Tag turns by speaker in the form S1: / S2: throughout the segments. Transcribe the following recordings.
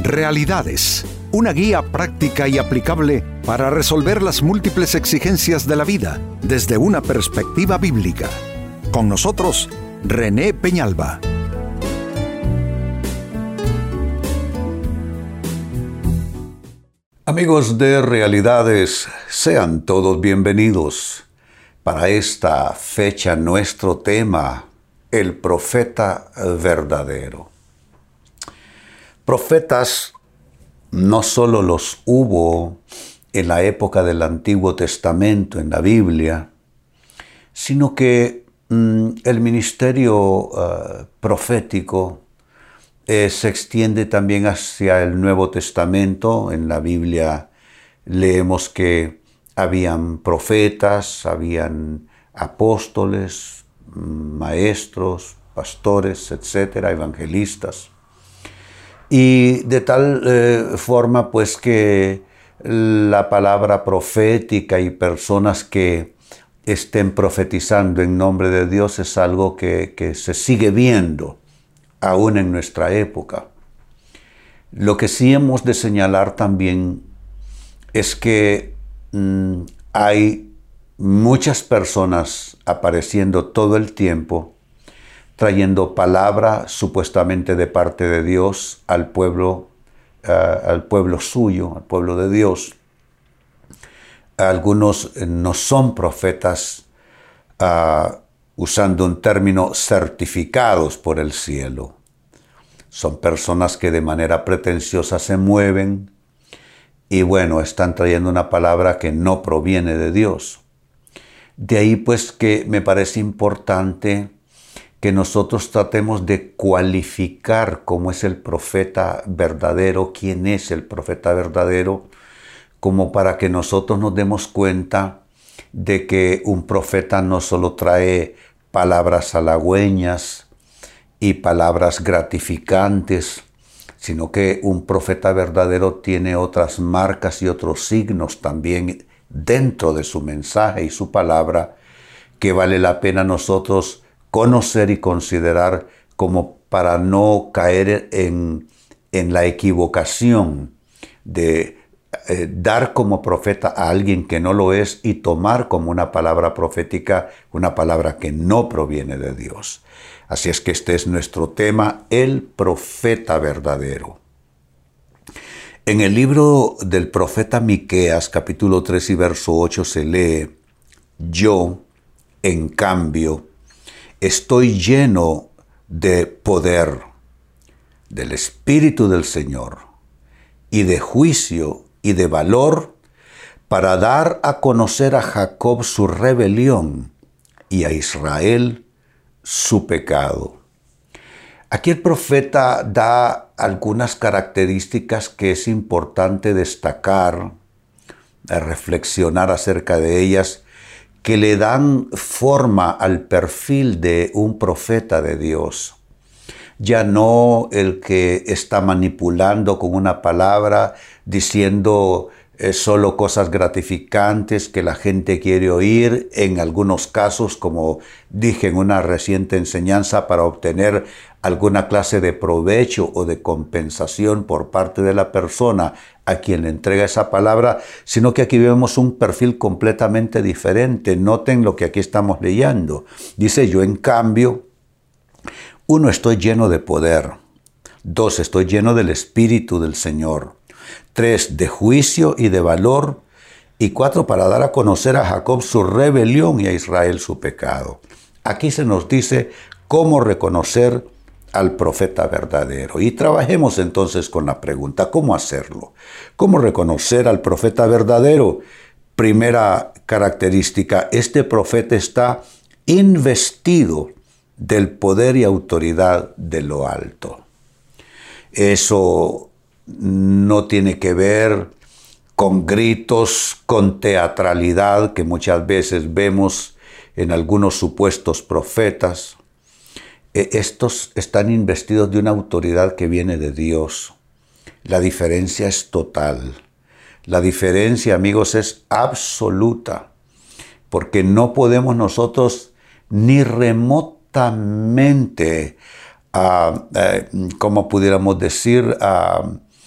S1: Realidades, una guía práctica y aplicable para resolver las múltiples exigencias de la vida desde una perspectiva bíblica. Con nosotros, René Peñalba.
S2: Amigos de Realidades, sean todos bienvenidos. Para esta fecha, nuestro tema, el profeta verdadero. Profetas no solo los hubo en la época del Antiguo Testamento, en la Biblia, sino que el ministerio profético se extiende también hacia el Nuevo Testamento. En la Biblia leemos que habían profetas, habían apóstoles, maestros, pastores, etcétera, evangelistas. Y de tal forma pues que la palabra profética y personas que estén profetizando en nombre de Dios es algo que se sigue viendo aún en nuestra época. Lo que sí hemos de señalar también es que hay muchas personas apareciendo todo el tiempo trayendo palabra supuestamente de parte de Dios al pueblo suyo, al pueblo de Dios. Algunos no son profetas, usando un término, certificados por el cielo. Son personas que de manera pretenciosa se mueven y están trayendo una palabra que no proviene de Dios. De ahí pues que me parece importante que nosotros tratemos de cualificar cómo es el profeta verdadero, quién es el profeta verdadero, como para que nosotros nos demos cuenta de que un profeta no solo trae palabras halagüeñas y palabras gratificantes, sino que un profeta verdadero tiene otras marcas y otros signos también dentro de su mensaje y su palabra que vale la pena nosotros conocer y considerar como para no caer en la equivocación de dar como profeta a alguien que no lo es y tomar como una palabra profética una palabra que no proviene de Dios. Así es que este es nuestro tema, el profeta verdadero. En el libro del profeta Miqueas, capítulo 3 y verso 8 se lee: yo, en cambio, estoy lleno de poder, del Espíritu del Señor, y de juicio y de valor, para dar a conocer a Jacob su rebelión y a Israel su pecado. Aquí el profeta da algunas características que es importante destacar, reflexionar acerca de ellas, que le dan forma al perfil de un profeta de Dios. Ya no el que está manipulando con una palabra, diciendo solo cosas gratificantes que la gente quiere oír, en algunos casos, como dije en una reciente enseñanza, para obtener alguna clase de provecho o de compensación por parte de la persona a quien le entrega esa palabra, sino que aquí vemos un perfil completamente diferente. Noten lo que aquí estamos leyendo. Dice: yo en cambio, 1, estoy lleno de poder. 2, estoy lleno del Espíritu del Señor. 3, de juicio y de valor. Y 4, para dar a conocer a Jacob su rebelión y a Israel su pecado. Aquí se nos dice cómo reconocer al profeta verdadero. Y trabajemos entonces con la pregunta: ¿cómo hacerlo? ¿Cómo reconocer al profeta verdadero? Primera característica: este profeta está investido del poder y autoridad de lo alto. Eso no tiene que ver con gritos, con teatralidad que muchas veces vemos en algunos supuestos profetas. Estos están investidos de una autoridad que viene de Dios. La diferencia es total. La diferencia, amigos, es absoluta, porque no podemos nosotros ni remotamente, como pudiéramos decir,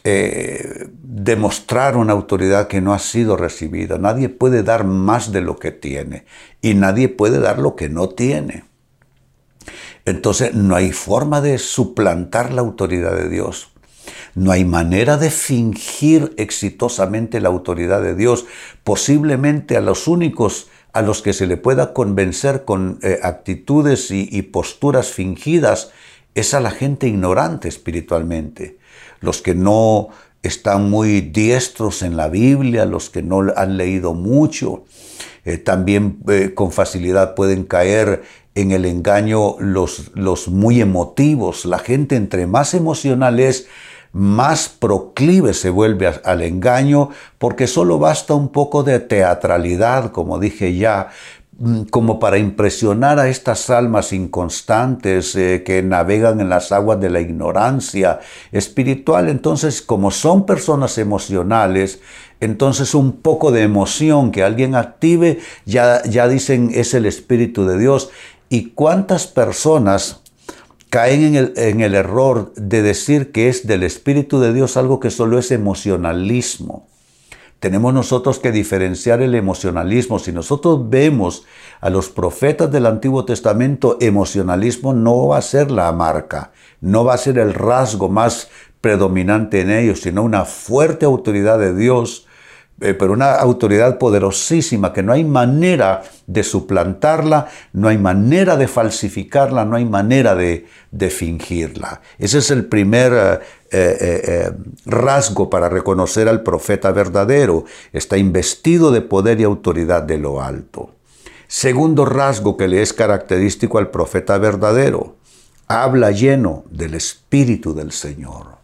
S2: demostrar una autoridad que no ha sido recibida. Nadie puede dar más de lo que tiene y nadie puede dar lo que no tiene. Entonces no hay forma de suplantar la autoridad de Dios. No hay manera de fingir exitosamente la autoridad de Dios. Posiblemente a los únicos a los que se le pueda convencer con actitudes y posturas fingidas es a la gente ignorante espiritualmente. Los que no están muy diestros en la Biblia, los que no han leído mucho, también con facilidad pueden caer en el engaño los muy emotivos. La gente entre más emocional es, más proclive se vuelve al engaño, porque solo basta un poco de teatralidad, como dije ya, como para impresionar a estas almas inconstantes que navegan en las aguas de la ignorancia espiritual. Entonces, como son personas emocionales, entonces un poco de emoción que alguien active, ya dicen es el Espíritu de Dios. ¿Y cuántas personas caen en el error de decir que es del Espíritu de Dios algo que solo es emocionalismo? Tenemos nosotros que diferenciar el emocionalismo. Si nosotros vemos a los profetas del Antiguo Testamento, emocionalismo no va a ser la marca, no va a ser el rasgo más predominante en ellos, sino una fuerte autoridad de Dios, pero una autoridad poderosísima que no hay manera de suplantarla, no hay manera de falsificarla, no hay manera de fingirla. Ese es el primer rasgo para reconocer al profeta verdadero. Está investido de poder y autoridad de lo alto. Segundo rasgo que le es característico al profeta verdadero: habla lleno del Espíritu del Señor.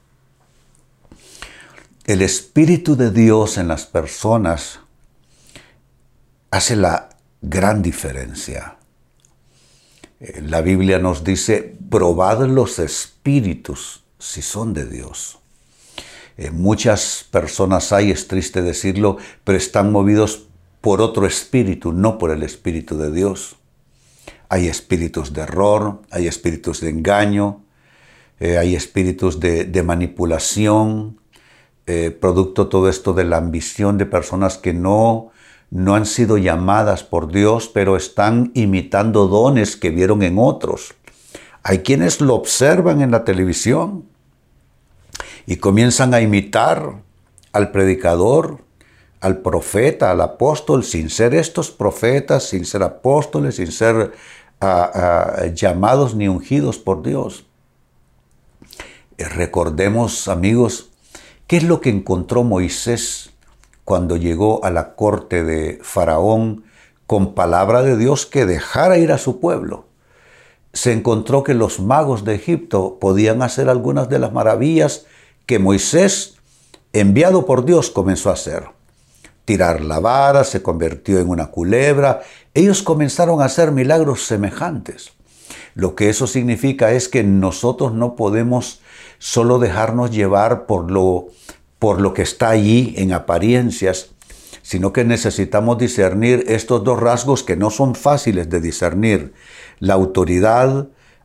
S2: El Espíritu de Dios en las personas hace la gran diferencia. La Biblia nos dice: probad los espíritus si son de Dios. Muchas personas hay, es triste decirlo, pero están movidos por otro espíritu, no por el Espíritu de Dios. Hay espíritus de error, hay espíritus de engaño, hay espíritus de manipulación, producto todo esto de la ambición de personas que no han sido llamadas por Dios, pero están imitando dones que vieron en otros. Hay quienes lo observan en la televisión y comienzan a imitar al predicador, al profeta, al apóstol, sin ser estos profetas, sin ser apóstoles, sin ser llamados ni ungidos por Dios. Recordemos, amigos, ¿qué es lo que encontró Moisés cuando llegó a la corte de Faraón con palabra de Dios que dejara ir a su pueblo? Se encontró que los magos de Egipto podían hacer algunas de las maravillas que Moisés, enviado por Dios, comenzó a hacer. Tirar la vara se convirtió en una culebra. Ellos comenzaron a hacer milagros semejantes. Lo que eso significa es que nosotros no podemos solo dejarnos llevar por lo que está allí en apariencias, sino que necesitamos discernir estos dos rasgos que no son fáciles de discernir: la autoridad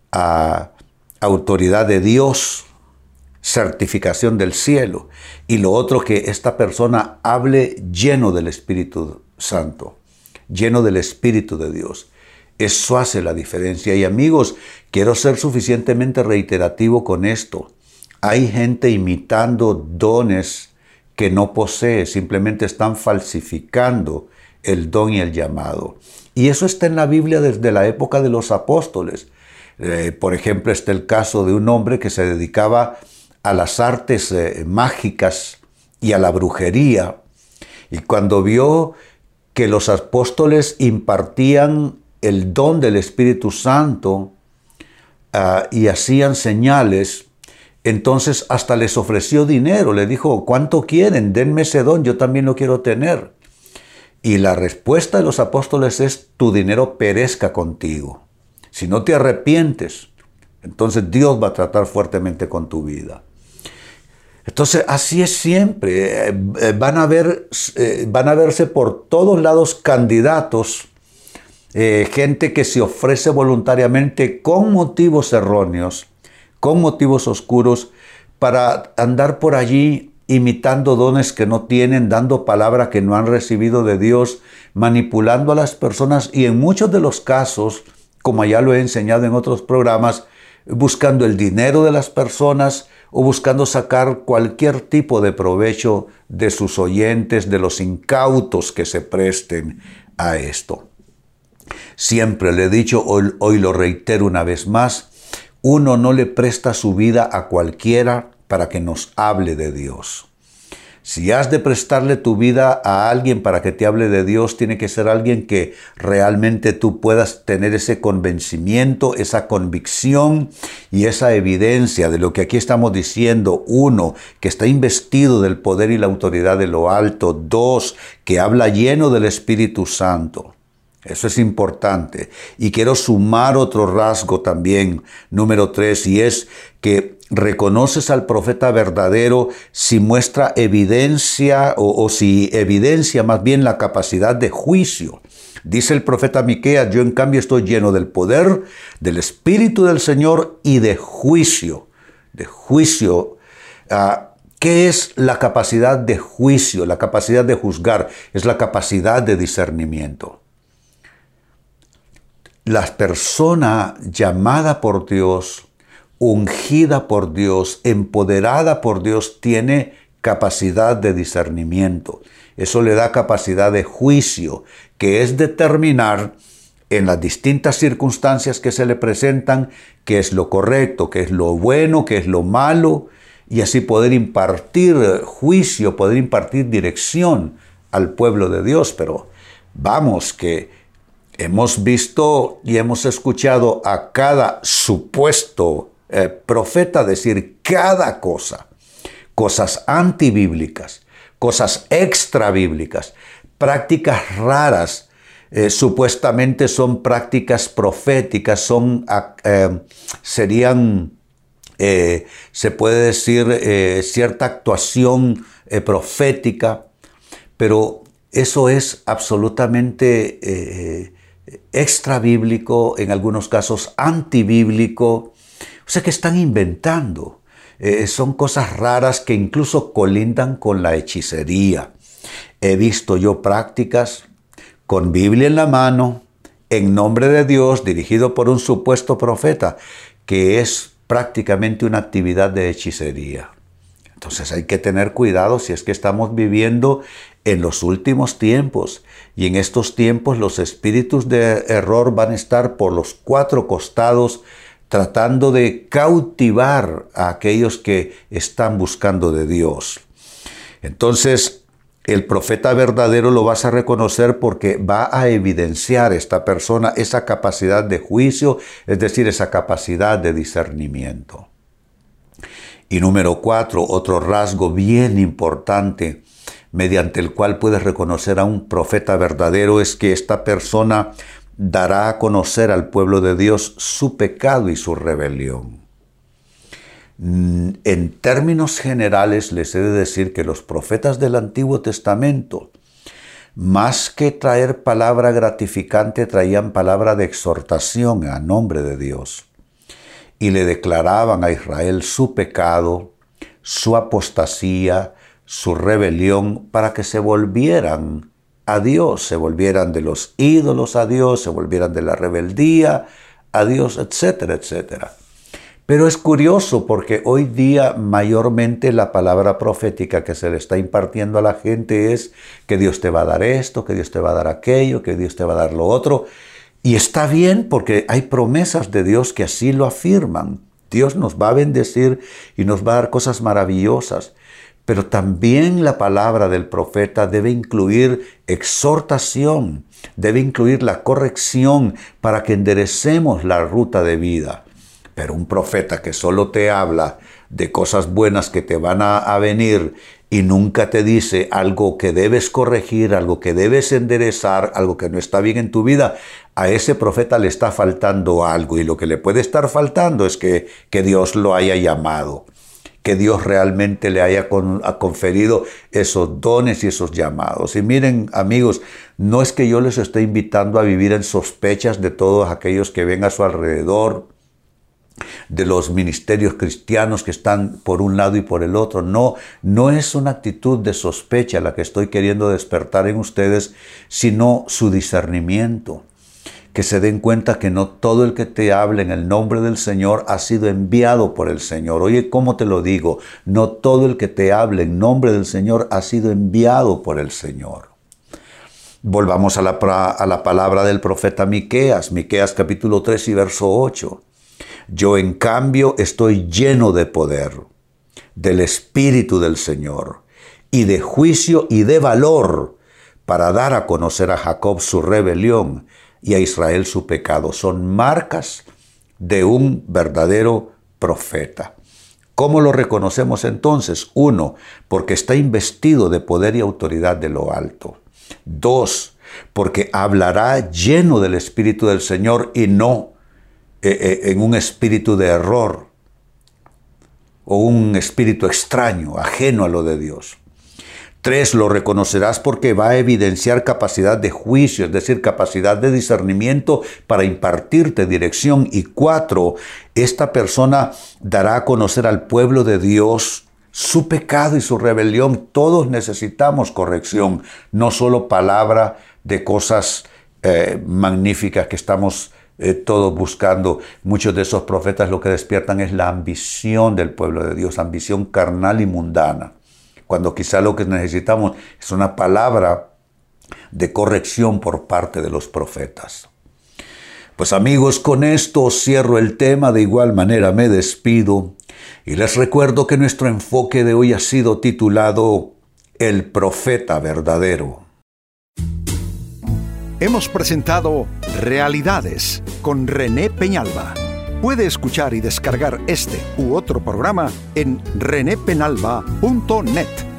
S2: de Dios, certificación del cielo, y lo otro, que esta persona hable lleno del Espíritu Santo, lleno del Espíritu de Dios. Eso hace la diferencia. Y amigos, quiero ser suficientemente reiterativo con esto. Hay gente imitando dones que no posee, simplemente están falsificando el don y el llamado. Y eso está en la Biblia desde la época de los apóstoles. Por ejemplo, está el caso de un hombre que se dedicaba a las artes mágicas y a la brujería. Y cuando vio que los apóstoles impartían el don del Espíritu Santo y hacían señales, entonces hasta les ofreció dinero. Le dijo: ¿cuánto quieren? Denme ese don, yo también lo quiero tener. Y la respuesta de los apóstoles es: tu dinero perezca contigo. Si no te arrepientes, entonces Dios va a tratar fuertemente con tu vida. Entonces, así es siempre. Van a verse por todos lados candidatos, gente que se ofrece voluntariamente con motivos erróneos, con motivos oscuros, para andar por allí imitando dones que no tienen, dando palabra que no han recibido de Dios, manipulando a las personas y en muchos de los casos, como ya lo he enseñado en otros programas, buscando el dinero de las personas o buscando sacar cualquier tipo de provecho de sus oyentes, de los incautos que se presten a esto. Siempre le he dicho, hoy lo reitero una vez más, uno no le presta su vida a cualquiera para que nos hable de Dios. Si has de prestarle tu vida a alguien para que te hable de Dios, tiene que ser alguien que realmente tú puedas tener ese convencimiento, esa convicción y esa evidencia de lo que aquí estamos diciendo. 1, que está investido del poder y la autoridad de lo alto. 2, que habla lleno del Espíritu Santo. Eso es importante. Y quiero sumar otro rasgo también, número 3, y es que reconoces al profeta verdadero si muestra evidencia o si evidencia más bien la capacidad de juicio. Dice el profeta Miqueas, yo en cambio estoy lleno del poder, del Espíritu del Señor y de juicio. De juicio. ¿Qué es la capacidad de juicio? La capacidad de juzgar es la capacidad de discernimiento. La persona llamada por Dios, ungida por Dios, empoderada por Dios, tiene capacidad de discernimiento. Eso le da capacidad de juicio, que es determinar en las distintas circunstancias que se le presentan qué es lo correcto, qué es lo bueno, qué es lo malo, y así poder impartir juicio, poder impartir dirección al pueblo de Dios. Pero vamos, que hemos visto y hemos escuchado a cada supuesto profeta decir cada cosa, cosas antibíblicas, cosas extrabíblicas, prácticas raras, supuestamente son prácticas proféticas, serían, se puede decir, cierta actuación profética, pero eso es absolutamente extrabíblico, en algunos casos antibíblico. O sea que están inventando. Son cosas raras que incluso colindan con la hechicería. He visto yo prácticas con Biblia en la mano, en nombre de Dios, dirigido por un supuesto profeta, que es prácticamente una actividad de hechicería. Entonces hay que tener cuidado si es que estamos viviendo en los últimos tiempos. Y en estos tiempos los espíritus de error van a estar por los 4 costados tratando de cautivar a aquellos que están buscando de Dios. Entonces, el profeta verdadero lo vas a reconocer porque va a evidenciar esta persona esa capacidad de juicio, es decir, esa capacidad de discernimiento. Y número 4, otro rasgo bien importante mediante el cual puedes reconocer a un profeta verdadero es que esta persona dará a conocer al pueblo de Dios su pecado y su rebelión. En términos generales les he de decir que los profetas del Antiguo Testamento, más que traer palabra gratificante, traían palabra de exhortación a nombre de Dios. Y le declaraban a Israel su pecado, su apostasía, su rebelión, para que se volvieran a Dios, se volvieran de los ídolos a Dios, se volvieran de la rebeldía a Dios, etcétera, etcétera. Pero es curioso porque hoy día mayormente la palabra profética que se le está impartiendo a la gente es que Dios te va a dar esto, que Dios te va a dar aquello, que Dios te va a dar lo otro. Y está bien porque hay promesas de Dios que así lo afirman. Dios nos va a bendecir y nos va a dar cosas maravillosas. Pero también la palabra del profeta debe incluir exhortación, debe incluir la corrección para que enderecemos la ruta de vida. Pero un profeta que solo te habla de cosas buenas que te van a venir y nunca te dice algo que debes corregir, algo que debes enderezar, algo que no está bien en tu vida, a ese profeta le está faltando algo. Y lo que le puede estar faltando es que Dios lo haya llamado, que Dios realmente le haya conferido esos dones y esos llamados. Y miren, amigos, no es que yo les esté invitando a vivir en sospechas de todos aquellos que ven a su alrededor, de los ministerios cristianos que están por un lado y por el otro. No es una actitud de sospecha la que estoy queriendo despertar en ustedes, sino su discernimiento. Que se den cuenta que no todo el que te hable en el nombre del Señor ha sido enviado por el Señor. Oye, ¿cómo te lo digo? No todo el que te hable en nombre del Señor ha sido enviado por el Señor. Volvamos a la palabra del profeta Miqueas, Miqueas capítulo 3 y verso 8. Yo en cambio estoy lleno de poder, del Espíritu del Señor, y de juicio y de valor, para dar a conocer a Jacob su rebelión y a Israel su pecado. Son marcas de un verdadero profeta. ¿Cómo lo reconocemos entonces? 1, porque está investido de poder y autoridad de lo alto. 2, porque hablará lleno del Espíritu del Señor y no en un espíritu de error o un espíritu extraño, ajeno a lo de Dios. 3, lo reconocerás porque va a evidenciar capacidad de juicio, es decir, capacidad de discernimiento para impartirte dirección. Y 4, esta persona dará a conocer al pueblo de Dios su pecado y su rebelión. Todos necesitamos corrección, no solo palabra de cosas magníficas que estamos todos buscando. Muchos de esos profetas lo que despiertan es la ambición del pueblo de Dios, ambición carnal y mundana, cuando quizá lo que necesitamos es una palabra de corrección por parte de los profetas. Pues amigos, con esto cierro el tema, de igual manera me despido y les recuerdo que nuestro enfoque de hoy ha sido titulado El Profeta Verdadero.
S1: Hemos presentado Realidades con René Peñalba. Puede escuchar y descargar este u otro programa en renépenalba.net.